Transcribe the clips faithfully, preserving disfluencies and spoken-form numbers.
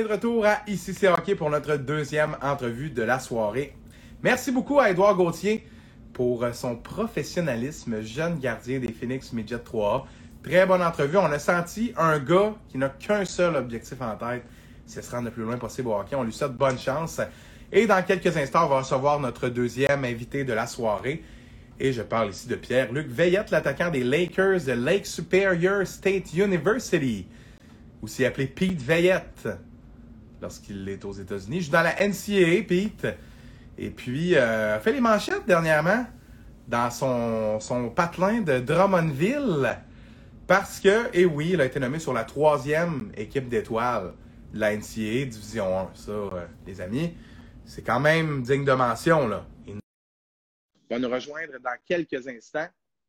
est de retour à Ici c'est Hockey pour notre deuxième entrevue de la soirée. Merci beaucoup à Édouard Gauthier pour son professionnalisme, jeune gardien des Phoenix Midget trois A. Très bonne entrevue. On a senti un gars qui n'a qu'un seul objectif en tête, c'est se rendre le plus loin possible au hockey. On lui souhaite bonne chance. Et dans quelques instants, on va recevoir notre deuxième invité de la soirée. Et je parle ici de Pierre-Luc Veillette, l'attaquant des Lakers de Lake Superior State University, aussi appelé Pete Veillette, lorsqu'il est aux États-Unis. Je joue dans la N C A A, Pete. Et puis, euh, a fait les manchettes dernièrement dans son, son patelin de Drummondville. Parce que, et oui, il a été nommé sur la troisième équipe d'étoiles de la N C A A, Division un. Ça, euh, les amis, c'est quand même digne de mention, là. Il va nous rejoindre dans quelques instants.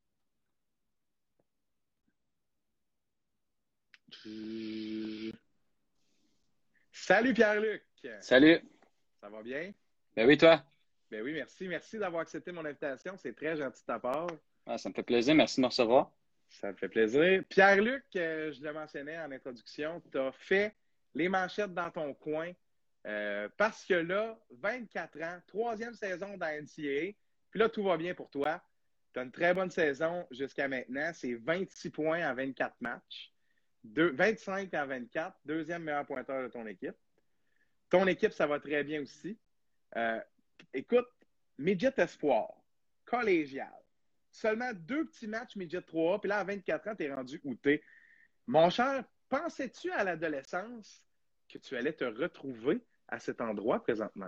Salut Pierre-Luc! Salut! Ça va bien? Ben oui, toi? Ben oui, merci. Merci d'avoir accepté mon invitation. C'est très gentil de ta part. Ah, ça me fait plaisir. Merci de me recevoir. Ça me fait plaisir. Pierre-Luc, euh, je le mentionnais en introduction, tu as fait les manchettes dans ton coin euh, parce que là, vingt-quatre ans, troisième saison dans la N C A A, puis là, tout va bien pour toi. Tu as une très bonne saison jusqu'à maintenant. C'est vingt-six points en vingt-quatre matchs, deux, vingt-cinq en vingt-quatre, deuxième meilleur pointeur de ton équipe. Ton équipe, ça va très bien aussi. Euh, écoute, Midget Espoir, collégial. Seulement deux petits matchs Midget trois A, puis là, à vingt-quatre ans, tu es rendu outé. Mon cher, pensais-tu à l'adolescence que tu allais te retrouver à cet endroit présentement?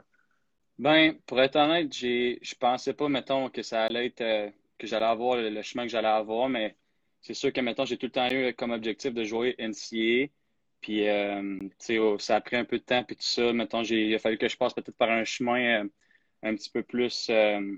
Ben, pour être honnête, j'ai, je pensais pas, mettons, que ça allait être, euh, que j'allais avoir le, le chemin que j'allais avoir, mais c'est sûr que, mettons, j'ai tout le temps eu comme objectif de jouer N C A A. Puis, euh, tu sais, oh, ça a pris un peu de temps, puis tout ça. Mettons, j'ai, il a fallu que je passe peut-être par un chemin euh, un petit peu plus, euh,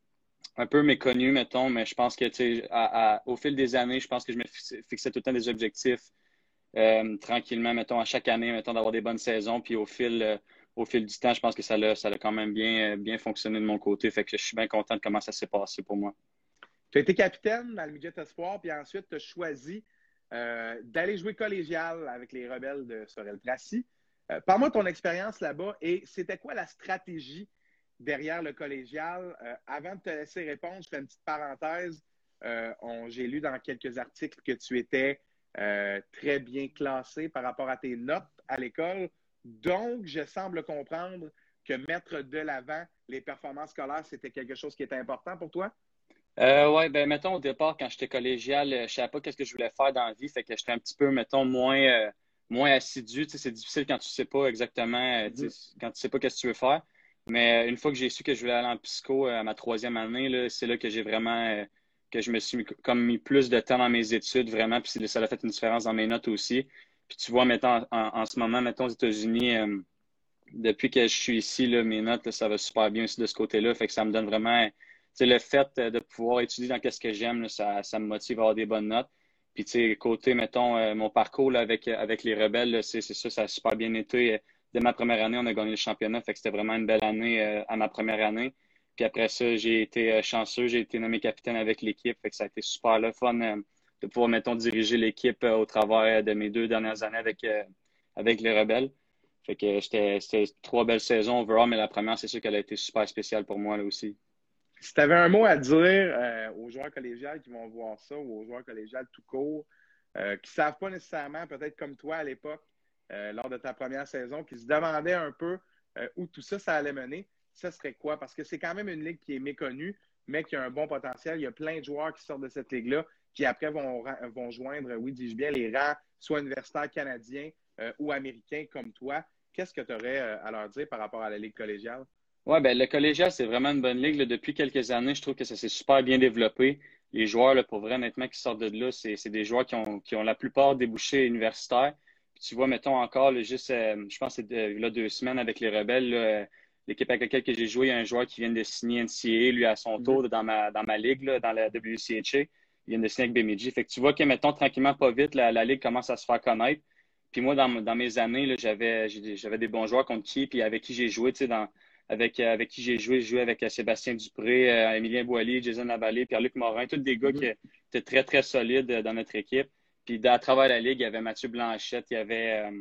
un peu méconnu, mettons, mais je pense que, tu sais, à- à- au fil des années, je pense que je me fixais, fixais tout le temps des objectifs euh, tranquillement, mettons, à chaque année, mettons, d'avoir des bonnes saisons. Puis au fil, euh, au fil du temps, je pense que ça a, ça a quand même bien, euh, bien fonctionné de mon côté. Fait que je suis bien content de comment ça s'est passé pour moi. Tu as été capitaine dans le Midget Espoir, puis ensuite, tu as choisi euh, d'aller jouer collégial avec les Rebelles de Sorel-Tracy. Euh, Parle-moi de ton expérience là-bas et c'était quoi la stratégie derrière le collégial? Euh, avant de te laisser répondre, je fais une petite parenthèse. Euh, on- j'ai lu dans quelques articles que tu étais euh, très bien classé par rapport à tes notes à l'école. Donc, je semble comprendre que mettre de l'avant les performances scolaires, c'était quelque chose qui était important pour toi? Euh, ouais, ben mettons au départ, quand j'étais collégial, euh, je savais pas qu'est-ce que je voulais faire dans la vie. Fait que j'étais un petit peu, mettons, moins, euh, moins assidu. Tu sais, c'est difficile quand tu sais pas exactement, euh, tu Mhm. sais, quand tu sais pas qu'est-ce que tu veux faire. Mais euh, une fois que j'ai su que je voulais aller en psycho euh, à ma troisième année, là, c'est là que j'ai vraiment, euh, que je me suis mis, comme mis plus de temps dans mes études, vraiment. Puis c'est- ça a fait une différence dans mes notes aussi. Puis tu vois, mettons, en, en ce moment, mettons, aux États-Unis, euh, depuis que je suis ici, là, mes notes, là, ça va super bien aussi de ce côté-là. Fait que ça me donne vraiment, tu sais, le fait euh, de pouvoir étudier dans qu'est-ce que j'aime, là, ça, ça me motive à avoir des bonnes notes. Puis, tu sais, côté, mettons, euh, mon parcours là, avec, avec les Rebelles, là, c'est c'est ça, ça a super bien été. Euh, Dès ma première année, on a gagné le championnat. Fait que c'était vraiment une belle année euh, à ma première année. Puis après ça, j'ai été euh, chanceux, j'ai été nommé capitaine avec l'équipe. Fait que ça a été super le fun euh, de pouvoir, mettons, diriger l'équipe euh, au travers de mes deux dernières années avec, euh, avec les Rebelles. Fait que j'étais, c'était trois belles saisons overall, mais la première, c'est sûr qu'elle a été super spéciale pour moi là aussi. Si tu avais un mot à dire euh, aux joueurs collégiales qui vont voir ça ou aux joueurs collégiales tout court, euh, qui ne savent pas nécessairement, peut-être comme toi à l'époque, euh, lors de ta première saison, qui se demandaient un peu euh, où tout ça, ça allait mener, ça serait quoi? Parce que c'est quand même une ligue qui est méconnue, mais qui a un bon potentiel. Il y a plein de joueurs qui sortent de cette ligue-là, qui après vont, vont joindre, oui, dis-je bien, les rangs, soit universitaires canadiens euh, ou américains comme toi. Qu'est-ce que tu aurais euh, à leur dire par rapport à la ligue collégiale? Ouais, ben le collégial, c'est vraiment une bonne ligue. Là. Depuis quelques années, je trouve que ça s'est super bien développé. Les joueurs, là, pour vrai, honnêtement, qui sortent de là, c'est, c'est des joueurs qui ont, qui ont la plupart débouché universitaires. Puis tu vois, mettons encore, là, juste, euh, je pense que c'est de- là, deux semaines avec les Rebelles, là, euh, l'équipe avec laquelle que j'ai joué, il y a un joueur qui vient de signer N C A A, lui, à son Mm-hmm. tour dans ma, dans ma ligue, là, dans la W C H A. Il vient de signer avec Bemidji. Fait que tu vois que, mettons, tranquillement, pas vite, la, la ligue commence à se faire connaître. Puis moi, dans, dans mes années, là, j'avais, j'ai- j'avais des bons joueurs contre qui, puis avec qui j'ai joué, tu sais, dans avec, euh, avec qui j'ai joué. J'ai joué avec euh, Sébastien Dupré, euh, Émilien Boilly, Jason Lavallée, Pierre-Luc Morin, tous des gars qui Mm-hmm. étaient très, très solides euh, dans notre équipe. Puis à travers la Ligue, il y avait Mathieu Blanchette, il y avait, euh,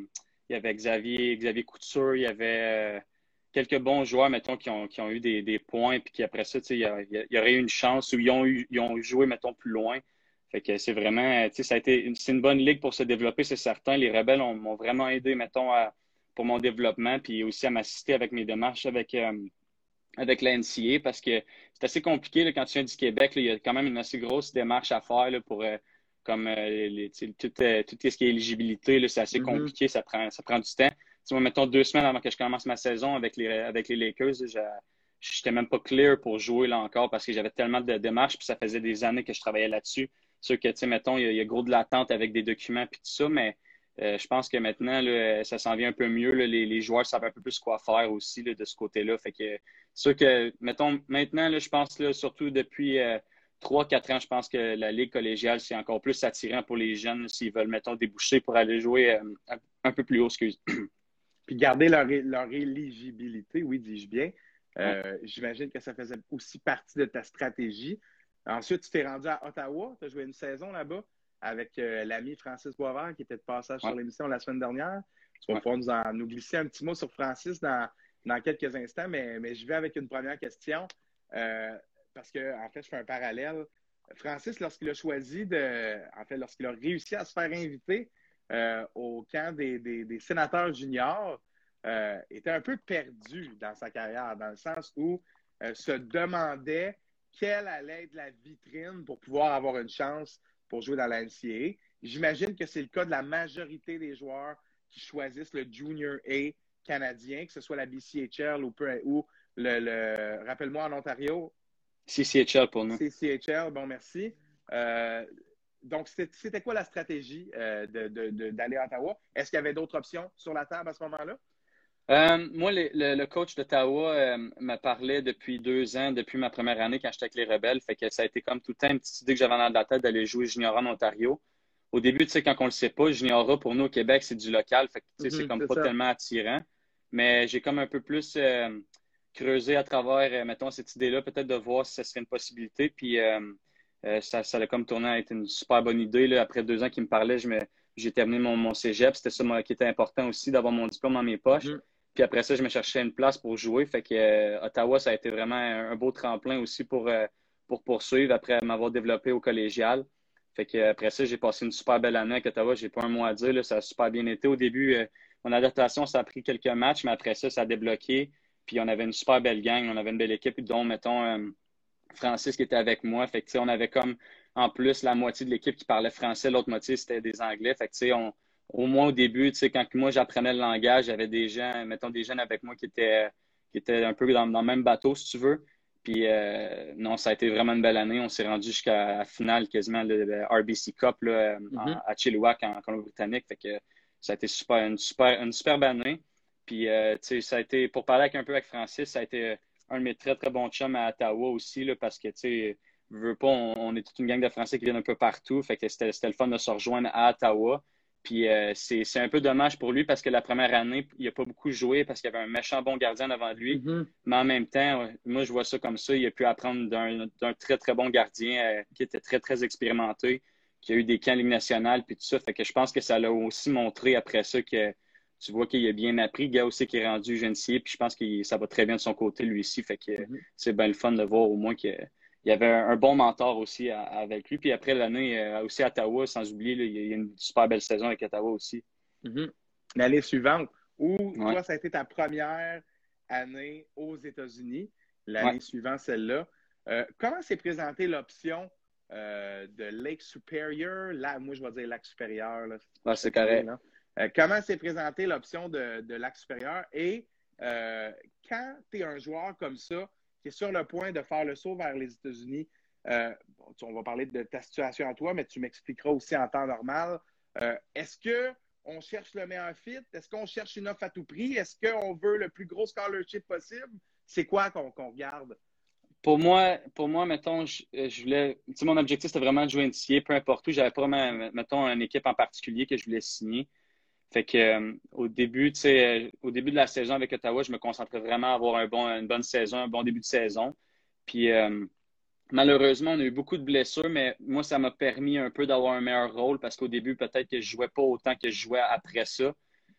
il y avait Xavier, Xavier Couture, il y avait euh, quelques bons joueurs, mettons, qui ont, qui ont eu des, des points, puis qu'après ça, il y, a, il y aurait eu une chance ou ils ont, eu, ils ont joué, mettons, plus loin. Fait que c'est vraiment, tu sais, ça a été, c'est une bonne ligue pour se développer, c'est certain. Les Rebelles m'ont vraiment aidé, mettons, à, pour mon développement, puis aussi à m'assister avec mes démarches avec, euh, avec la N C A A, parce que c'est assez compliqué là, quand tu viens du Québec. Là, il y a quand même une assez grosse démarche à faire là, pour, euh, comme euh, les, tout, euh, tout ce qui est éligibilité, c'est assez Mm-hmm. compliqué, ça prend, ça prend du temps. Tu vois, mettons deux semaines avant que je commence ma saison avec les, avec les Lakers, je n'étais même pas clear pour jouer là encore parce que j'avais tellement de démarches, puis ça faisait des années que je travaillais là-dessus. C'est sûr que, tu sais, mettons, il y, a, il y a gros de l'attente avec des documents puis tout ça, mais euh, je pense que maintenant, là, ça s'en vient un peu mieux. Là, les, les joueurs savent un peu plus quoi faire aussi là, de ce côté-là. Fait que c'est sûr que, mettons, maintenant, là, je pense, là, surtout depuis euh, trois quatre ans, je pense que la Ligue collégiale, c'est encore plus attirant pour les jeunes s'ils veulent, mettons, déboucher pour aller jouer euh, un, un peu plus haut, excuse. Puis garder leur, leur éligibilité, oui, dis-je bien. Ouais. Euh, J'imagine que ça faisait aussi partie de ta stratégie. Ensuite, tu t'es rendu à Ottawa. Tu as joué une saison là-bas avec euh, l'ami Francis Boisvert qui était de passage Ouais. sur l'émission la semaine dernière. Tu vas Ouais. pouvoir nous, en, nous glisser un petit mot sur Francis dans, dans quelques instants, mais, mais je vais avec une première question euh, parce que, en fait, je fais un parallèle. Francis, lorsqu'il a choisi de. En fait, lorsqu'il a réussi à se faire inviter euh, au camp des, des, des sénateurs juniors, euh, était un peu perdu dans sa carrière, dans le sens où euh, se demandait quelle allait être la vitrine pour pouvoir avoir une chance pour jouer dans la N C A A. J'imagine que c'est le cas de la majorité des joueurs qui choisissent le Junior A canadien, que ce soit la B C H L ou, peu, ou le, le rappelle-moi en Ontario. C C H L pour nous. C C H L, bon, merci. Euh, donc, c'était quoi la stratégie euh, de, de, de, d'aller à Ottawa? Est-ce qu'il y avait d'autres options sur la table à ce moment-là? Euh, moi, le, le, le coach d'Ottawa euh, me parlait depuis deux ans, depuis ma première année quand j'étais avec les Rebelles. Fait que ça a été comme tout le temps une petite idée que j'avais dans la tête d'aller jouer junior en Ontario. Au début, tu sais, quand on le sait pas, junior pour nous au Québec, c'est du local. Fait que, tu sais, Mm-hmm, c'est comme c'est pas ça. tellement attirant. Mais j'ai comme un peu plus euh, creusé à travers, euh, mettons, cette idée-là, peut-être de voir si ça serait une possibilité. Puis euh, euh, ça, ça a comme tourné à être une super bonne idée. Là. Après deux ans qu'il me parlait, je me, j'ai terminé mon, mon cégep. C'était ça moi, qui était important aussi, d'avoir mon diplôme dans mes poches. Mm-hmm. Puis après ça, je me cherchais une place pour jouer. Fait que euh, Ottawa, ça a été vraiment un, un beau tremplin aussi pour, euh, pour poursuivre après m'avoir développé au collégial. Fait que euh, après ça, j'ai passé une super belle année avec Ottawa. J'ai pas un mot à dire. Là, ça a super bien été. Au début, euh, mon adaptation, ça a pris quelques matchs, mais après ça, ça a débloqué. Puis on avait une super belle gang. On avait une belle équipe, dont, mettons, euh, Francis qui était avec moi. Fait que, tu sais, on avait comme, en plus, la moitié de l'équipe qui parlait français. L'autre moitié, c'était des Anglais. Fait que, tu sais, on au moins au début, tu sais, quand moi j'apprenais le langage, j'avais des gens, mettons des jeunes avec moi qui étaient, qui étaient un peu dans, dans le même bateau, si tu veux. Puis euh, non, ça a été vraiment une belle année. On s'est rendu jusqu'à la finale quasiment le, le R B C Cup là, Mm-hmm. à Chilliwack en Colombie-Britannique. Fait que ça a été super, une super, une superbe année. Puis euh, tu sais, ça a été, pour parler avec, un peu avec Francis, ça a été un de mes très très bons chums à Ottawa aussi, là, parce que tu sais, veux pas, on, on est toute une gang de Français qui viennent un peu partout. Fait que c'était, c'était le fun de se rejoindre à Ottawa. Puis euh, c'est, c'est un peu dommage pour lui parce que la première année, il n'a pas beaucoup joué parce qu'il y avait un méchant bon gardien devant lui. Mm-hmm. Mais en même temps, moi, je vois ça comme ça. Il a pu apprendre d'un, d'un très, très bon gardien euh, qui était très, très expérimenté, qui a eu des camps Ligue nationale, puis tout ça. Fait que je pense que ça l'a aussi montré après ça que tu vois qu'il a bien appris. Le gars aussi qui est rendu gencier, puis je pense que ça va très bien de son côté, lui aussi. Fait que Mm-hmm. c'est bien le fun de voir au moins que il y avait un, un bon mentor aussi à, avec lui. Puis après l'année euh, aussi à Ottawa, sans oublier, là, il y a une super belle saison avec Ottawa aussi. Mm-hmm. L'année suivante, où Ouais. toi, ça a été ta première année aux États-Unis, l'année Ouais. suivante, celle-là. Euh, comment s'est présentée l'option euh, de Lake Superior? Là, moi, je vais dire Lac Supérieur. Là, Ouais, c'est correct. Euh, comment s'est présentée l'option de, de Lac Supérieur? Et euh, quand tu es un joueur comme ça, qui est sur le point de faire le saut vers les États-Unis, euh, bon, on va parler de ta situation à toi, mais tu m'expliqueras aussi en temps normal. Euh, est-ce qu'on cherche le meilleur fit? Est-ce qu'on cherche une offre à tout prix? Est-ce qu'on veut le plus gros scholarship possible? C'est quoi qu'on qu'on regarde? Pour moi, pour moi, mettons, je, je voulais. Tu sais, mon objectif, c'était vraiment de jouer N C A A, peu importe où. J'avais pas vraiment, mettons, une équipe en particulier que je voulais signer. Fait que euh, au début, tu sais, euh, au début de la saison avec Ottawa, je me concentrais vraiment à avoir un bon, une bonne saison, un bon début de saison. Puis euh, malheureusement, on a eu beaucoup de blessures, mais moi, ça m'a permis un peu d'avoir un meilleur rôle parce qu'au début, peut-être que je jouais pas autant que je jouais après ça.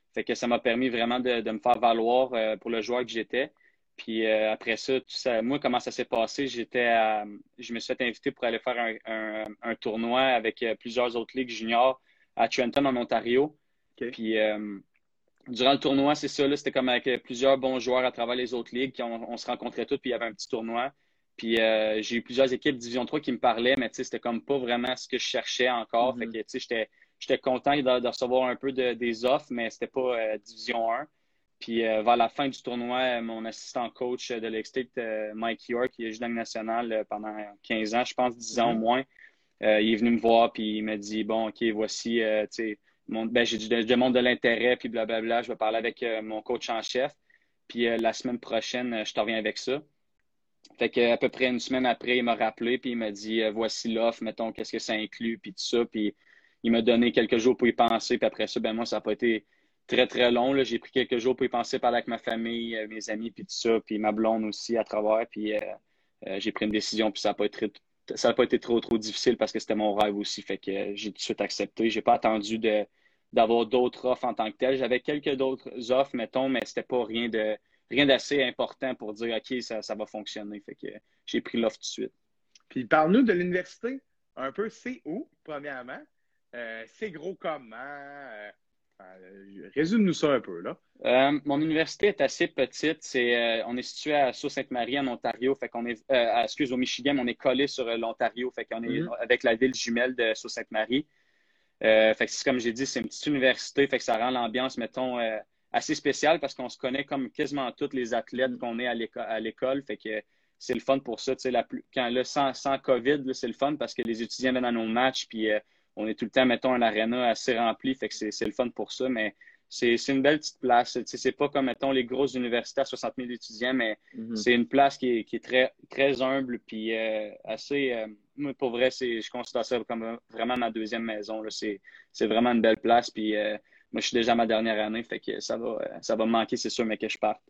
Fait que ça m'a permis vraiment de, de me faire valoir euh, pour le joueur que j'étais. Puis euh, après ça, tout ça, moi, comment ça s'est passé? J'étais à- je me suis fait inviter pour aller faire un, un, un tournoi avec euh, plusieurs autres ligues juniors à Trenton, en Ontario. OK. Puis euh, durant le tournoi, c'est ça, là, c'était comme avec euh, plusieurs bons joueurs à travers les autres ligues. Qui on, on se rencontrait tous, puis il y avait un petit tournoi. Puis euh, j'ai eu plusieurs équipes Division trois qui me parlaient, mais tu sais, c'était comme pas vraiment ce que je cherchais encore. Fait Mhm. que, tu sais, j'étais, j'étais content de, de recevoir un peu de, des offres, mais c'était pas euh, Division un. Puis euh, vers la fin du tournoi, euh, mon assistant coach de l'Extate, euh, Mike York, qui est joué dans la nationale euh, pendant quinze ans, je pense, dix ans au Mhm. moins, euh, il est venu me voir, puis il m'a dit, bon, OK, voici, euh, tu sais, mon- ben, j'ai dit, je demande de l'intérêt, puis blablabla, je vais parler avec euh, mon coach en chef. Puis euh, la semaine prochaine, euh, je te reviens avec ça. Fait que, à peu près une semaine après, il m'a rappelé, puis il m'a dit, euh, voici l'offre, mettons, qu'est-ce que ça inclut, puis tout ça. Puis il m'a donné quelques jours pour y penser, puis après ça, ben moi, ça n'a pas été très, très long, là. J'ai pris quelques jours pour y penser, parler avec ma famille, euh, mes amis, puis tout ça, puis ma blonde aussi à travers, puis euh, euh, j'ai pris une décision, puis ça n'a pas été, ça a pas été trop, trop difficile parce que c'était mon rêve aussi. Fait que euh, j'ai tout de suite accepté. J'ai pas attendu de, d'avoir d'autres offres en tant que telles. J'avais quelques d'autres offres, mettons, mais c'était pas rien de rien d'assez important pour dire OK, ça, ça va fonctionner. Fait que j'ai pris l'offre tout de suite. Puis parle-nous de l'université. Un peu, c'est où, premièrement? Euh, c'est gros comment? Euh, euh, résume-nous ça un peu, là. Euh, mon université est assez petite. C'est, euh, on est situé à Sault-Sainte-Marie, en Ontario. Fait qu'on est, euh, à- excuse, au Michigan, mais on est collé sur euh, l'Ontario. Fait qu'on est Mhm. avec la ville jumelle de Sault-Sainte-Marie. Euh, fait que c'est comme j'ai dit, c'est une petite université. Fait que ça rend l'ambiance, mettons, euh, assez spéciale parce qu'on se connaît comme quasiment tous les athlètes Mhm. qu'on est à l'éco- à l'école. Fait que c'est le fun pour ça. Tu sais, la plus- quand là, sans, sans COVID, là, c'est le fun parce que les étudiants viennent à nos matchs. Puis euh, on est tout le temps, mettons, un aréna assez rempli. Fait que c'est c'est le fun pour ça. Mais c'est c'est une belle petite place. Tu sais, c'est pas comme, mettons, les grosses universités à soixante mille étudiants, mais Mhm. c'est une place qui est, qui est très, très humble. Puis euh, assez. Euh, moi, pour vrai, c'est, je considère ça comme vraiment ma deuxième maison. Là. C'est, c'est vraiment une belle place. Puis euh, moi, je suis déjà à ma dernière année, fait que ça va, euh, ça va me manquer, c'est sûr, mais que je parte.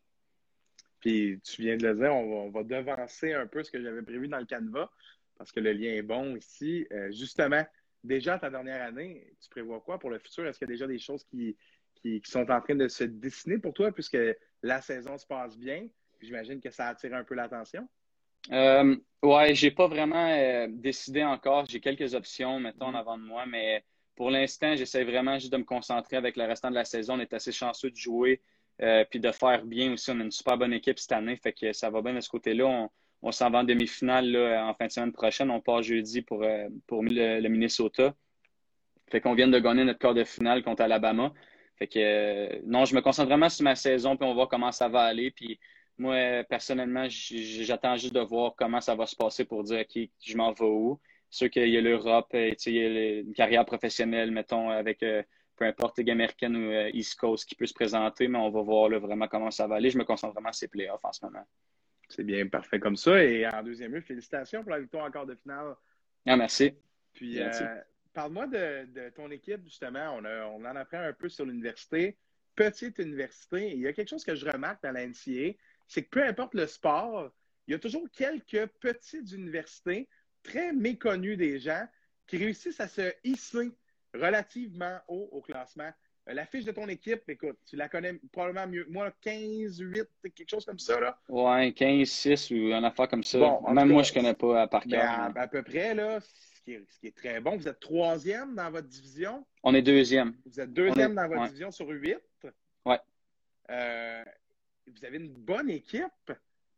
Puis tu viens de le dire, on va, on va devancer un peu ce que j'avais prévu dans le canevas parce que le lien est bon ici. Euh, justement, déjà ta dernière année, tu prévois quoi pour le futur? Est-ce qu'il y a déjà des choses qui, qui, qui sont en train de se dessiner pour toi puisque la saison se passe bien? J'imagine que ça attire un peu l'attention. Euh, ouais, j'ai pas vraiment euh, décidé encore. J'ai quelques options, mettons, en Mhm. avant de moi, mais pour l'instant, j'essaie vraiment juste de me concentrer avec le restant de la saison. On est assez chanceux de jouer euh, puis de faire bien aussi. On a une super bonne équipe cette année, fait que ça va bien de ce côté-là. On, on s'en va en demi-finale là, en fin de semaine prochaine. On part jeudi pour, euh, pour le, le Minnesota. Fait qu'on vient de gagner notre quart de finale contre Alabama. Fait que euh, non, je me concentre vraiment sur ma saison, puis on va voir comment ça va aller. Puis moi, euh, personnellement, j- j'attends juste de voir comment ça va se passer pour dire OK, je m'en vais où. C'est sûr qu'il y a l'Europe, euh, tu sais, il y a le- une carrière professionnelle, mettons, avec euh, peu importe Ligue américaine ou euh, East Coast qui peut se présenter, mais on va voir là, vraiment comment ça va aller. Je me concentre vraiment sur les playoffs en ce moment. C'est bien parfait comme ça. Et en deuxième lieu, félicitations pour la victoire en quart de finale. Ah, merci. Puis, C'est gentil. euh, parle-moi de, de ton équipe, justement. On, a- on en apprend un peu sur l'université. Petite université. Il y a quelque chose que je remarque dans la N C A A, c'est que peu importe le sport, il y a toujours quelques petites universités très méconnues des gens qui réussissent à se hisser relativement haut au classement. Euh, La fiche de ton équipe, écoute, tu la connais probablement mieux que moi, quinze, huit, quelque chose comme ça, là. Ouais, quinze, six ou une affaire comme ça. Bon, en tout Même moi, cas, je connais pas euh, par ben, cœur, à, mais à peu près, là, ce qui est, ce qui est très bon. Vous êtes troisième dans votre division. on est deuxième. Vous êtes On deuxième est, dans votre ouais, division sur huit. ouais, Euh, vous avez une bonne équipe.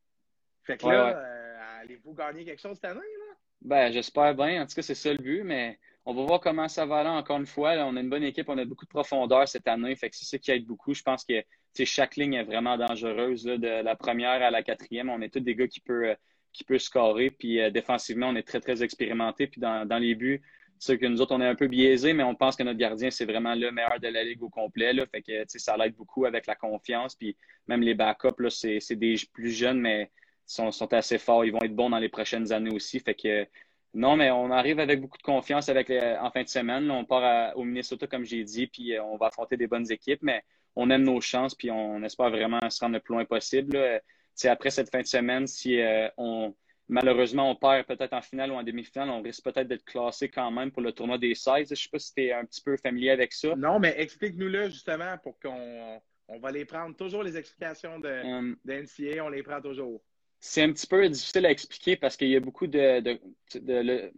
Fait que ouais, là, ouais. euh, allez-vous gagner quelque chose cette année, là? Ben, j'espère bien. En tout cas, c'est ça le but, mais on va voir comment ça va aller encore une fois. Là, on a une bonne équipe, on a beaucoup de profondeur cette année, fait que c'est ça qui aide beaucoup. Je pense que tu sais, chaque ligne est vraiment dangereuse, là, de la première à la quatrième. On est tous des gars qui peuvent qui peut scorer. Puis euh, défensivement, on est très, très expérimentés. Puis dans, dans les buts, c'est sûr que nous autres, on est un peu biaisés, mais on pense que notre gardien, c'est vraiment le meilleur de la ligue au complet. Là. Fait que tu sais, ça l'aide beaucoup avec la confiance. Puis même les backups, là, c'est, c'est des plus jeunes, mais sont, sont assez forts. Ils vont être bons dans les prochaines années aussi. Fait que non, mais on arrive avec beaucoup de confiance avec les- en fin de semaine. Là, on part à- au Minnesota, comme j'ai dit, puis euh, on va affronter des bonnes équipes, mais on aime nos chances, puis on espère vraiment se rendre le plus loin possible. Là. Tu sais, après cette fin de semaine, si euh, on malheureusement, on perd peut-être en finale ou en demi-finale, on risque peut-être d'être classé quand même pour le tournoi des seize. Je ne sais pas si tu es un petit peu familier avec ça. Non, mais explique-nous-le justement pour qu'on on va les prendre. Toujours les explications de, Um, de N C A A, on les prend toujours. c'est un petit peu difficile à expliquer parce qu'il y a beaucoup de, de, de, de,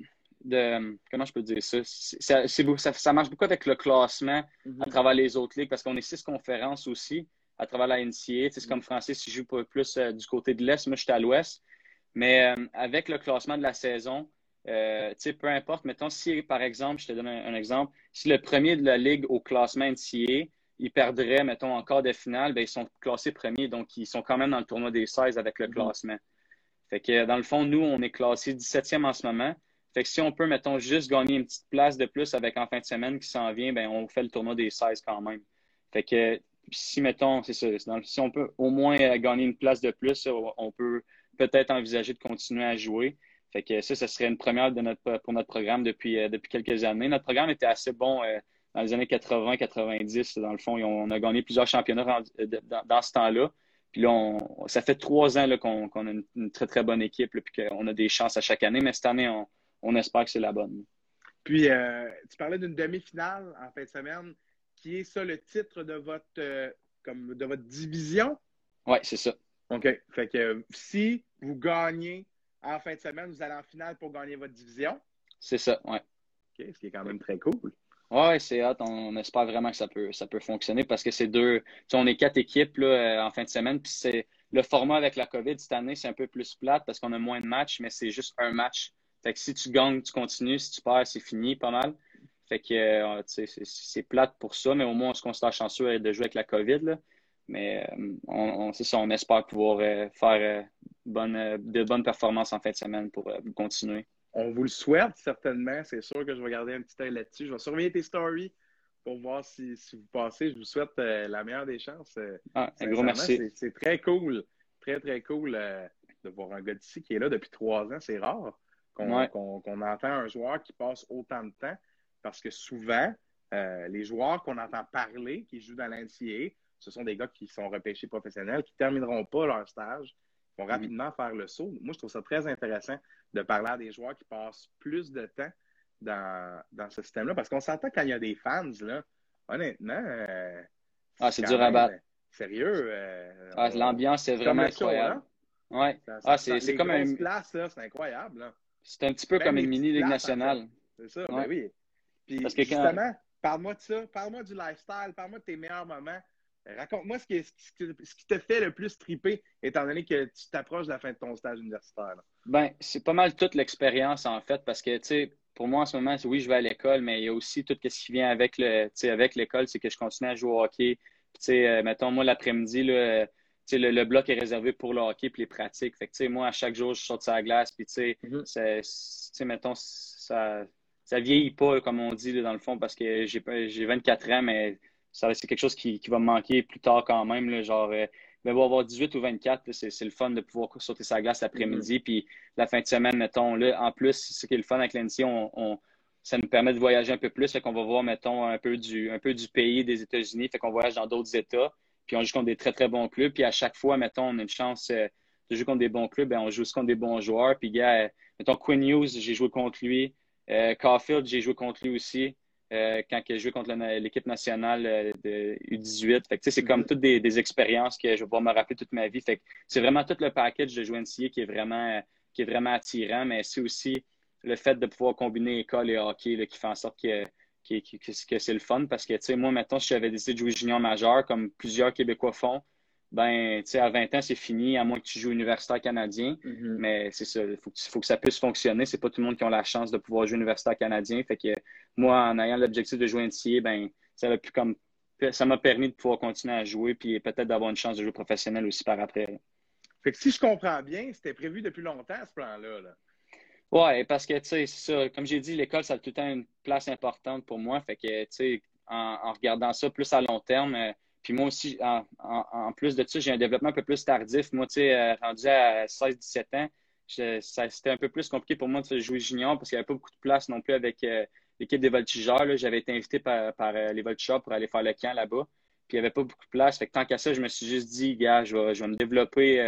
de comment je peux dire ça? Ça, c'est, ça? Ça marche beaucoup avec le classement Mm-hmm. à travers les autres ligues parce qu'on est six conférences aussi à travers la N C A A. C'est mm-hmm. comme Francis, il joue plus euh, du côté de l'Est, moi je suis à l'Ouest. Mais euh, avec le classement de la saison, euh, peu importe, mettons, si par exemple, je te donne un, un exemple, si le premier de la ligue au classement N C A A, il perdrait, mettons, en quart de finale, ben, ils sont classés premiers, donc ils sont quand même dans le tournoi des seize avec le mm-hmm. classement. Fait que dans le fond, nous, on est classé dix-septième en ce moment. Fait que si on peut, mettons, juste gagner une petite place de plus avec en fin de semaine qui s'en vient, ben on fait le tournoi des seize quand même. Fait que si, mettons, c'est ça, dans, si on peut au moins gagner une place de plus, on peut peut-être envisager de continuer à jouer. Fait que ça, ce serait une première de notre, pour notre programme depuis, euh, depuis quelques années. Notre programme était assez bon euh, dans les années quatre-vingts quatre-vingt-dix. Dans le fond, on a gagné plusieurs championnats dans, dans ce temps-là. Puis là, on, ça fait trois ans là, qu'on, qu'on a une, une très, très bonne équipe, là, puis qu'on a des chances à chaque année. Mais cette année, on, on espère que c'est la bonne. Puis, euh, tu parlais d'une demi-finale en fin de semaine. Qui est ça le titre de votre, euh, comme de votre division? Oui, c'est ça. OK. Fait que euh, si vous gagnez en fin de semaine, vous allez en finale pour gagner votre division? C'est ça, oui. OK, ce qui est quand même très cool. Oui, c'est hâte. On espère vraiment que ça peut, ça peut fonctionner parce que c'est deux. Tu sais, on est quatre équipes là, en fin de semaine. Puis c'est le format avec la COVID cette année, c'est un peu plus plate parce qu'on a moins de matchs, mais c'est juste un match. Fait que si tu gagnes, tu continues. Si tu perds, c'est fini, pas mal. Fait que euh, tu sais, c'est, c'est plate pour ça, mais au moins on se considère chanceux de jouer avec la COVID. Là. Mais euh, on, on, c'est ça, on espère pouvoir euh, faire euh, bonne, euh, de bonnes performances en fin de semaine pour euh, continuer. On vous le souhaite certainement. C'est sûr que je vais garder un petit œil là-dessus. Je vais surveiller tes stories pour voir si, si vous passez. Je vous souhaite euh, la meilleure des chances. Ah, un gros merci. C'est, c'est très cool. Très, très cool euh, de voir un gars d'ici qui est là depuis trois ans. C'est rare qu'on, ouais. qu'on, qu'on entend un joueur qui passe autant de temps parce que souvent, euh, les joueurs qu'on entend parler, qui jouent dans l'N C A A, ce sont des gars qui sont repêchés professionnels, qui ne termineront pas leur stage, qui vont rapidement mm-hmm. faire le saut. Moi, je trouve ça très intéressant de parler à des joueurs qui passent plus de temps dans, dans ce système-là. Parce qu'on s'entend quand il y a des fans, là, honnêtement. Euh, ah, c'est dur à battre. Sérieux. Euh, ah, on, l'ambiance est vraiment incroyable. Show, ouais. ça, ça, ah, c'est, ça, c'est comme un. Places, là, c'est incroyable. Là. C'est un petit peu Même comme une mini-ligue places, nationale. En fait. C'est ça, ouais. ben oui. Puis, Parce que justement, quand... parle-moi de ça. Parle-moi du lifestyle. Parle-moi de tes meilleurs moments. Raconte-moi ce qui, ce qui te fait le plus triper, étant donné que tu t'approches de la fin de ton stage universitaire. Là. Ben, c'est pas mal toute l'expérience, en fait, parce que, tu sais, pour moi, en ce moment, oui, je vais à l'école, mais il y a aussi tout ce qui vient avec le, tu sais, avec l'école, c'est que je continue à jouer au hockey. Puis, tu sais, euh, mettons, moi, l'après-midi, là, tu sais, le, le bloc est réservé pour le hockey et les pratiques. Fait que, tu sais, moi, à chaque jour, je saute sur la glace, puis, tu sais, mm-hmm. c'est, tu sais, mettons, ça, ça vieillit pas, comme on dit, là, dans le fond, parce que j'ai, j'ai vingt-quatre ans, mais ça, c'est quelque chose qui, qui va me manquer plus tard quand même, là, genre... Euh, ben, va avoir dix-huit ou vingt-quatre, c'est, c'est le fun de pouvoir sauter sa glace l'après-midi. Mm-hmm. Puis la fin de semaine, mettons, là, en plus, ce qui est le fun avec l'N C A A, on, on, ça nous permet de voyager un peu plus. Fait qu'on va voir, mettons, un peu du, un peu du pays, des États-Unis. Fait qu'on voyage dans d'autres États. Puis on joue contre des très, très bons clubs. Puis à chaque fois, mettons, on a une chance euh, de jouer contre des bons clubs. Ben, on joue aussi contre des bons joueurs. Puis, gars, euh, mettons, Quinn Hughes, j'ai joué contre lui. Euh, Caulfield, j'ai joué contre lui aussi. Euh, quand j'ai joué contre le, l'équipe nationale euh, de U dix-huit. Fait que, c'est mm-hmm. comme toutes des, des expériences que je vais pouvoir me rappeler toute ma vie. Fait que c'est vraiment tout le package de jouer N C A A qui est vraiment, qui est vraiment attirant, mais c'est aussi le fait de pouvoir combiner école et hockey là, qui fait en sorte que, que, que, que c'est le fun. Parce que, tu sais, moi, maintenant, si j'avais décidé de jouer junior majeur, comme plusieurs Québécois font, ben, tu sais, à vingt ans, c'est fini, à moins que tu joues universitaire canadien. Mm-hmm. Mais c'est ça, il faut, faut que ça puisse fonctionner. C'est pas tout le monde qui a la chance de pouvoir jouer universitaire canadien. Fait que moi, en ayant l'objectif de jouer N C A A, ben, ça m'a pu comme, ça m'a permis de pouvoir continuer à jouer puis peut-être d'avoir une chance de jouer professionnel aussi par après. Là. Fait que si je comprends bien, c'était prévu depuis longtemps, ce plan-là, là. Ouais, parce que, tu sais, c'est ça. Comme j'ai dit, l'école, ça a tout le temps une place importante pour moi. Fait que, tu sais, en, en regardant ça plus à long terme, euh, puis moi aussi, en, en, en plus de ça, j'ai un développement un peu plus tardif. Moi, tu sais, euh, rendu à seize dix-sept ans, je, ça, c'était un peu plus compliqué pour moi de jouer junior parce qu'il n'y avait pas beaucoup de place non plus avec euh, l'équipe des voltigeurs. Là. J'avais été invité par, par euh, les voltigeurs pour aller faire le camp là-bas. Puis il n'y avait pas beaucoup de place. Fait que tant qu'à ça, je me suis juste dit, gars, je vais, je vais me développer euh,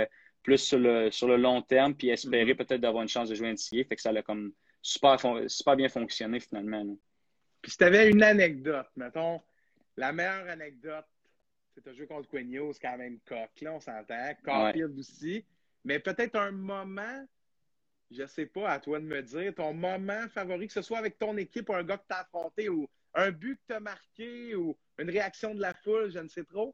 plus sur le, sur le long terme, puis espérer Mhm. peut-être d'avoir une chance de jouer N C A A. Fait que ça a comme super, super bien fonctionné finalement, là. Puis si tu avais une anecdote, mettons, la meilleure anecdote, c'est tu as joué contre Quinio, c'est quand même coq, là, on s'entend. Ouais. Caulfield aussi. Mais peut-être un moment, je sais pas, à toi de me dire, ton moment favori, que ce soit avec ton équipe ou un gars que tu as affronté, ou un but que tu as marqué, ou une réaction de la foule, je ne sais trop.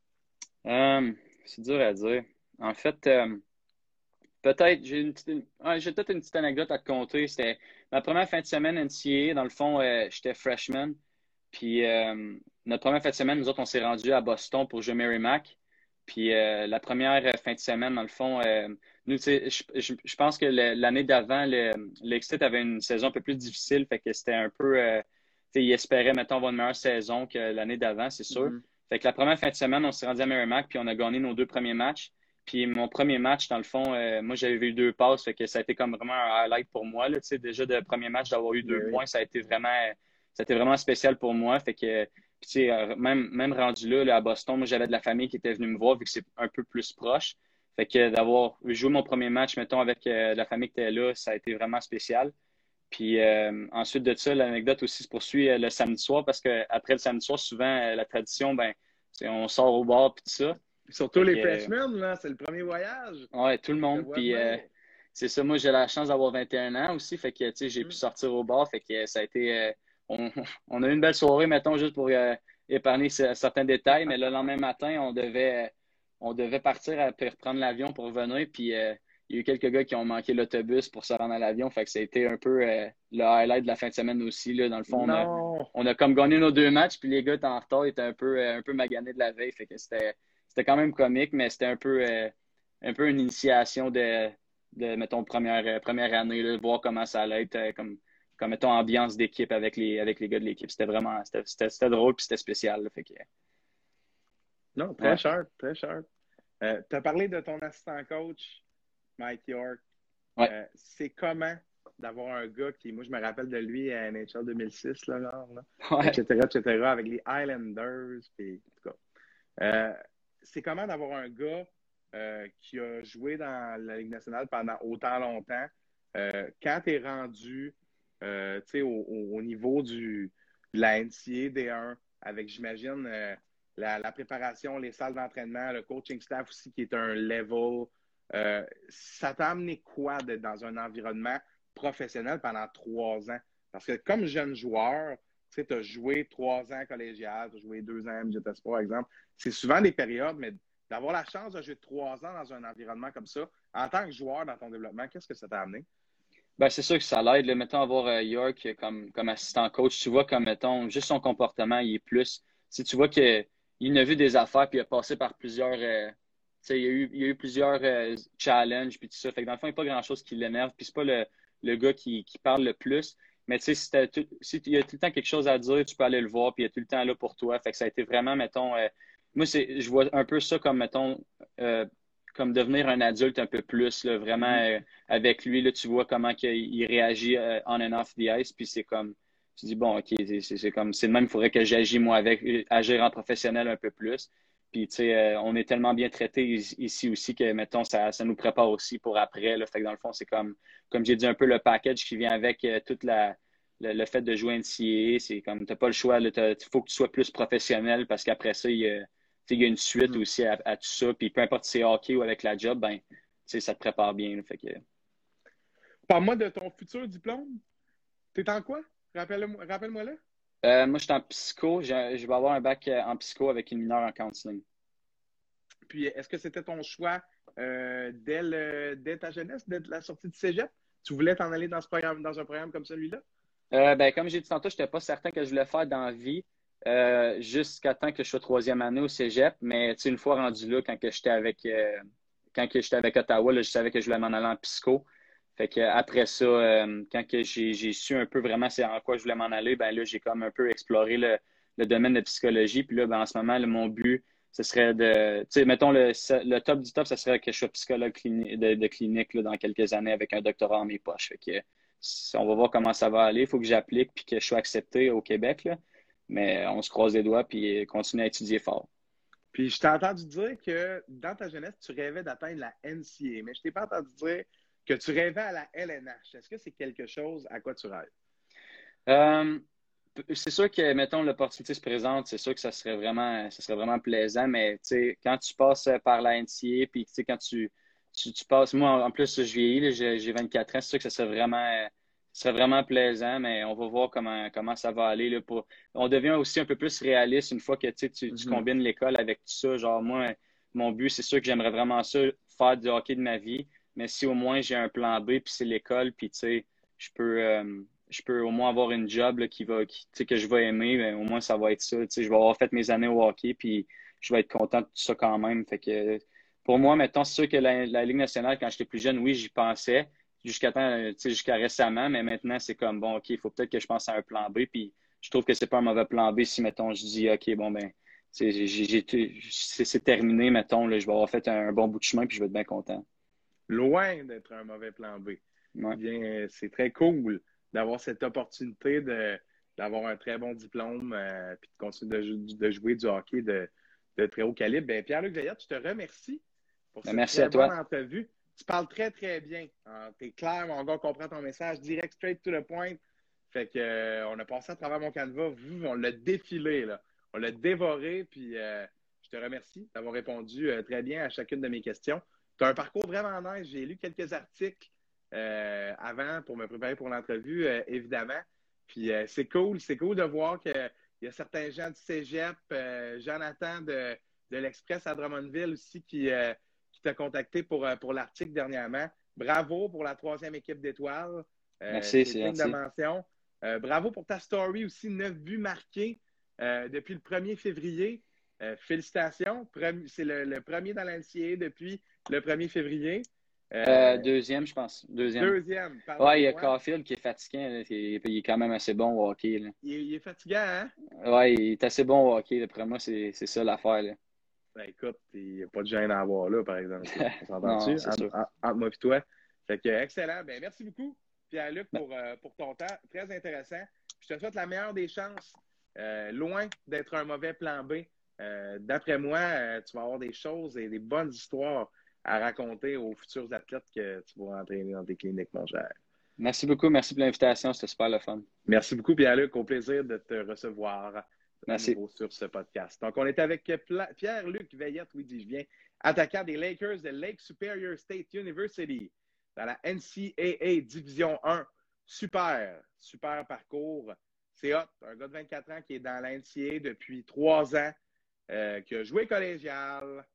Euh, c'est dur à dire. En fait, euh, peut-être, j'ai une petite, ouais, j'ai peut-être une petite anecdote à te conter. C'était ma première fin de semaine N C A A. Dans le fond, euh, j'étais freshman. Puis euh, notre première fin de semaine, nous autres, on s'est rendus à Boston pour jouer Merrimack. Puis euh, la première euh, fin de semaine, dans le fond, euh, nous, tu sais, je, je, je pense que le- l'année d'avant, le, l'Extit avait une saison un peu plus difficile. Fait que c'était un peu, euh, tu sais, ils espéraient, mettons, avoir une meilleure saison que l'année d'avant, c'est sûr. Mhm. Fait que la première fin de semaine, on s'est rendu à Merrimack, puis on a gagné nos deux premiers matchs. Puis mon premier match, dans le fond, euh, moi, j'avais eu deux passes, fait que ça a été comme vraiment un highlight pour moi, là, tu sais, déjà de premier match, d'avoir eu deux Ben oui. points, ça a été vraiment, ça a été vraiment spécial pour moi. Fait que, puis, tu sais, euh, même, même rendu là, là, à Boston, moi, j'avais de la famille qui était venue me voir, vu que c'est un peu plus proche. Fait que d'avoir joué mon premier match, mettons, avec euh, la famille qui était là, ça a été vraiment spécial. Puis euh, ensuite de ça, l'anecdote aussi se poursuit euh, le samedi soir, parce que après le samedi soir, souvent, euh, la tradition, ben, c'est on sort au bar puis tout ça. Puis surtout Fait les que, euh, freshmen, là, c'est le premier voyage. ouais, tout le Je te monde. vois Puis euh, venir. c'est ça, moi, j'ai la chance d'avoir vingt et un ans aussi. Fait que, tu sais, j'ai pu Mhm. sortir au bar. Fait que euh, ça a été. euh, on, on a eu une belle soirée, mettons, juste pour euh, épargner ce- certains détails. Mais le lendemain matin, on devait, euh, on devait partir à, puis reprendre l'avion pour revenir. Puis euh, il y a eu quelques gars qui ont manqué l'autobus pour se rendre à l'avion. Fait que ça a été un peu euh, le highlight de la fin de semaine aussi. Là. Dans le fond, on a, Non. on a comme gagné nos deux matchs. Puis les gars étaient en retard, ils étaient un peu, euh, un peu maganés de la veille. Fait que c'était, c'était quand même comique, mais c'était un peu. euh, un peu une initiation de, de mettons, première, euh, première année, là, voir comment ça allait être, euh, comme, comme, mettons, ambiance d'équipe avec les, avec les gars de l'équipe. C'était vraiment, c'était, c'était, c'était drôle puis c'était spécial, là, fait que, Non, très ouais, sharp, très sharp. Euh, tu as parlé de ton assistant coach, Mike York. ouais, Euh, c'est comment d'avoir un gars qui, moi, je me rappelle de lui à N H L deux mille six, là, genre, là, ouais. et cetera, et cetera, avec les Islanders, puis en tout cas. Euh, c'est comment d'avoir un gars euh, qui a joué dans la Ligue nationale pendant autant longtemps. Euh, quand tu es rendu euh, tu sais, au, au- au niveau du, de la N C A A D un, avec, j'imagine, euh, la, la préparation, les salles d'entraînement, le coaching staff aussi qui est un level, euh, ça t'a amené quoi d'être dans un environnement professionnel pendant trois ans? Parce que comme jeune joueur, tu sais, tu as joué trois ans collégial, tu as joué deux ans M J T S, par exemple. C'est souvent des périodes, mais d'avoir la chance de jouer trois ans dans un environnement comme ça, en tant que joueur dans ton développement, qu'est-ce que ça t'a amené? Ben, c'est sûr que ça l'aide, là. Mettons, avoir euh, York euh, comme, comme assistant coach, tu vois, comme, mettons, juste son comportement, il est plus, si tu vois que il a vu des affaires, puis il a passé par plusieurs, euh, tu sais, il y a eu, il y a eu plusieurs euh, challenges, puis tout ça. Fait que dans le fond, il n'y a pas grand-chose qui l'énerve, puis c'est pas le, le gars qui, qui parle le plus. Mais tu sais, si, t'as tout- si il y a tout le temps quelque chose à dire, tu peux aller le voir, puis il est tout le temps là pour toi. Fait que ça a été vraiment, mettons, euh, moi, c'est, je vois un peu ça comme, mettons, euh, comme devenir un adulte un peu plus, là, vraiment, Mhm. euh, avec lui, là, tu vois comment qu'il, il réagit euh, on and off the ice, puis c'est comme, tu dis, bon, OK, c'est, c'est c'est comme, c'est le même, il faudrait que j'agisse moi avec, euh, agir en professionnel un peu plus. Puis, tu sais, euh, on est tellement bien traités ici aussi que, mettons, ça, ça nous prépare aussi pour après, là. Fait que dans le fond, c'est comme, comme j'ai dit un peu, le package qui vient avec euh, toute la, le, le fait de jouer N C A A, c'est comme, t'as pas le choix, il faut que tu sois plus professionnel parce qu'après ça, il y a, tu sais, il y a une suite Mhm. aussi à, à tout ça. Puis peu importe si c'est hockey ou avec la job, ben, tu sais, ça te prépare bien, là. Fait que, Parle-moi de ton futur diplôme. T'es en quoi? Rappelle-moi, rappelle-moi là. Euh, moi, je suis en psycho. Je, je vais avoir un bac euh, en psycho avec une mineure en counseling. Puis, est-ce que c'était ton choix euh, dès, le- dès ta jeunesse, dès la sortie du cégep? Tu voulais t'en aller dans, ce programme, dans un programme comme celui-là? Euh, ben, comme j'ai dit tantôt, je n'étais pas certain que je voulais faire dans la vie euh, jusqu'à temps que je sois troisième année au cégep. Mais tu sais, une fois rendu là, quand que j'étais avec, euh, quand que j'étais avec Ottawa, là, je savais que je voulais m'en aller en psycho. Fait que après ça, euh, quand que j'ai, j'ai su un peu vraiment c'est en quoi je voulais m'en aller, ben là, j'ai comme un peu exploré le, le domaine de psychologie. Puis là, ben, en ce moment, là, mon but, ce serait de, tu sais, mettons le, le top du top, ce serait que je sois psychologue clini- de, de clinique là, dans quelques années avec un doctorat en mes poches. Fait que on va voir comment ça va aller. Il faut que j'applique puis que je sois accepté au Québec, là. Mais on se croise les doigts puis continue à étudier fort. Puis je t'ai entendu dire que dans ta jeunesse, tu rêvais d'atteindre la N C A A, mais je t'ai pas entendu dire que tu rêvais à la L N H. Est-ce que c'est quelque chose à quoi tu rêves? Euh, c'est sûr que, mettons, l'opportunité se présente, c'est sûr que ça serait vraiment, ça serait vraiment plaisant, mais tu sais, quand tu passes par la N C A A, puis tu sais, quand tu, tu, tu passes, moi, en plus, je vieillis, là, j'ai, j'ai vingt-quatre ans, c'est sûr que ça serait vraiment, ça serait vraiment plaisant, mais on va voir comment, comment ça va aller, là, pour, on devient aussi un peu plus réaliste une fois que, tu sais, tu, tu Mhm. combines l'école avec tout ça. Genre, moi, mon but, c'est sûr que j'aimerais vraiment ça, faire du hockey de ma vie, mais si au moins j'ai un plan B, puis c'est l'école, puis tu sais, je peux, euh, je peux au moins avoir une job là, qui va, qui, tu sais, que je vais aimer, ben, au moins ça va être ça. Tu sais, je vais avoir fait mes années au hockey, puis je vais être content de tout ça quand même. Fait que pour moi, mettons, c'est sûr que la, la Ligue nationale, quand j'étais plus jeune, oui, j'y pensais jusqu'à temps, euh, tu sais, jusqu'à récemment, mais maintenant, c'est comme bon, OK, il faut peut-être que je pense à un plan B, puis je trouve que c'est pas un mauvais plan B si, mettons, je dis OK, bon ben, c'est j'ai, j'ai- c'est c'est terminé, mettons, là, je vais avoir fait un, un bon bout de chemin, puis je vais être bien content. Loin d'être un mauvais plan B. Ouais. Bien, c'est très cool d'avoir cette opportunité de, d'avoir un très bon diplôme euh, puis de continuer de, jou- de jouer du hockey de, de très haut calibre. Bien, Pierre-Luc Veillette, je te remercie pour Ben, cette merci à très bonne toi. entrevue. Tu parles très, très bien. Tu es clair, mon gars, on comprend ton message, direct, straight to the point. Fait que, euh, on a passé à travers mon canevas, vous, on l'a défilé, là. On l'a dévoré, puis euh, je te remercie d'avoir répondu euh, très bien à chacune de mes questions. Tu as un parcours vraiment nice. J'ai lu quelques articles euh, avant pour me préparer pour l'entrevue, euh, évidemment. Puis euh, c'est cool, c'est cool de voir qu'il y a certains gens du Cégep, euh, Jonathan de, de l'Express à Drummondville aussi qui, euh, qui t'a contacté pour, euh, pour l'article dernièrement. Bravo pour la troisième équipe d'étoiles. Euh, Merci, c'est c'est digne de gentil. mention. Euh, bravo pour ta story aussi, neuf buts marqués euh, depuis le premier février. Euh, félicitations. C'est le, le, premier dans l'N C A A depuis le premier février. Euh, Euh, deuxième, je pense. Deuxième. deuxième, Ouais, il y a pardonne-moi. Caulfield qui est fatiguant, là. Il, est il est quand même assez bon au hockey, là. Il, est- il est fatigant, hein? Ouais, il est assez bon au hockey. D'après moi, c'est c'est ça l'affaire, là. Ben écoute, il n'y a pas de gêne à avoir là, par exemple. Là. On Non, s'entend-tu? c'est Entre, sûr. entre- entre moi et toi. Fait que, excellent. Ben, merci beaucoup, Pierre-Luc, Ben, pour, euh, pour ton temps. Très intéressant. Je te souhaite la meilleure des chances. Euh, loin d'être un mauvais plan B. Euh, D'après moi, euh, tu vas avoir des choses et des bonnes histoires à raconter aux futurs athlètes que tu vas entraîner dans tes cliniques, mon cher. merci beaucoup. Merci pour l'invitation. C'était super le fun. Merci beaucoup, Pierre-Luc. Au plaisir de te recevoir à Merci. nouveau sur ce podcast. Donc, on est avec Pierre-Luc Veillette, oui, dis-je bien, attaquant des Lakers de Lake Superior State University dans la N C A A Division un. Super, super parcours. C'est hot. Un gars de vingt-quatre ans qui est dans la N C A A depuis trois ans, euh, qui a joué collégial,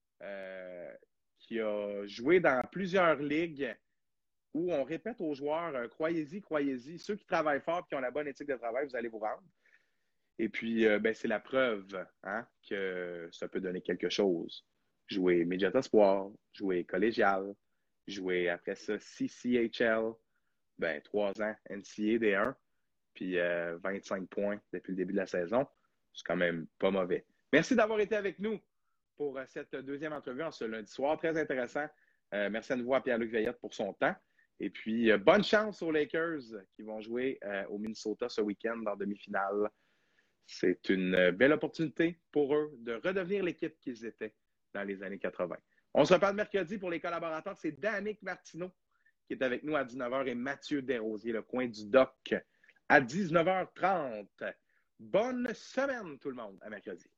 euh, qui a joué dans plusieurs ligues où on répète aux joueurs, euh, croyez-y, croyez-y, ceux qui travaillent fort et qui ont la bonne éthique de travail, vous allez vous rendre. Et puis, euh, ben, c'est la preuve hein, que ça peut donner quelque chose. Jouer Midget Espoir, jouer collégial, jouer après ça C C H L, ben, trois ans N C A A D un, puis euh, vingt-cinq points depuis le début de la saison. C'est quand même pas mauvais. Merci d'avoir été avec nous pour euh, cette deuxième entrevue en ce lundi soir. Très intéressant. Euh, merci à nouveau à Pierre-Luc Veillette pour son temps. Et puis, euh, bonne chance aux Lakers qui vont jouer euh, au Minnesota ce week-end en demi-finale. C'est une belle opportunité pour eux de redevenir l'équipe qu'ils étaient dans les années quatre-vingt. On se reparle mercredi pour les collaborateurs. C'est Danick Martineau qui est avec nous à dix-neuf heures et Mathieu Desrosiers, le coin du doc, à dix-neuf heures trente. Bonne semaine tout le monde. À mercredi.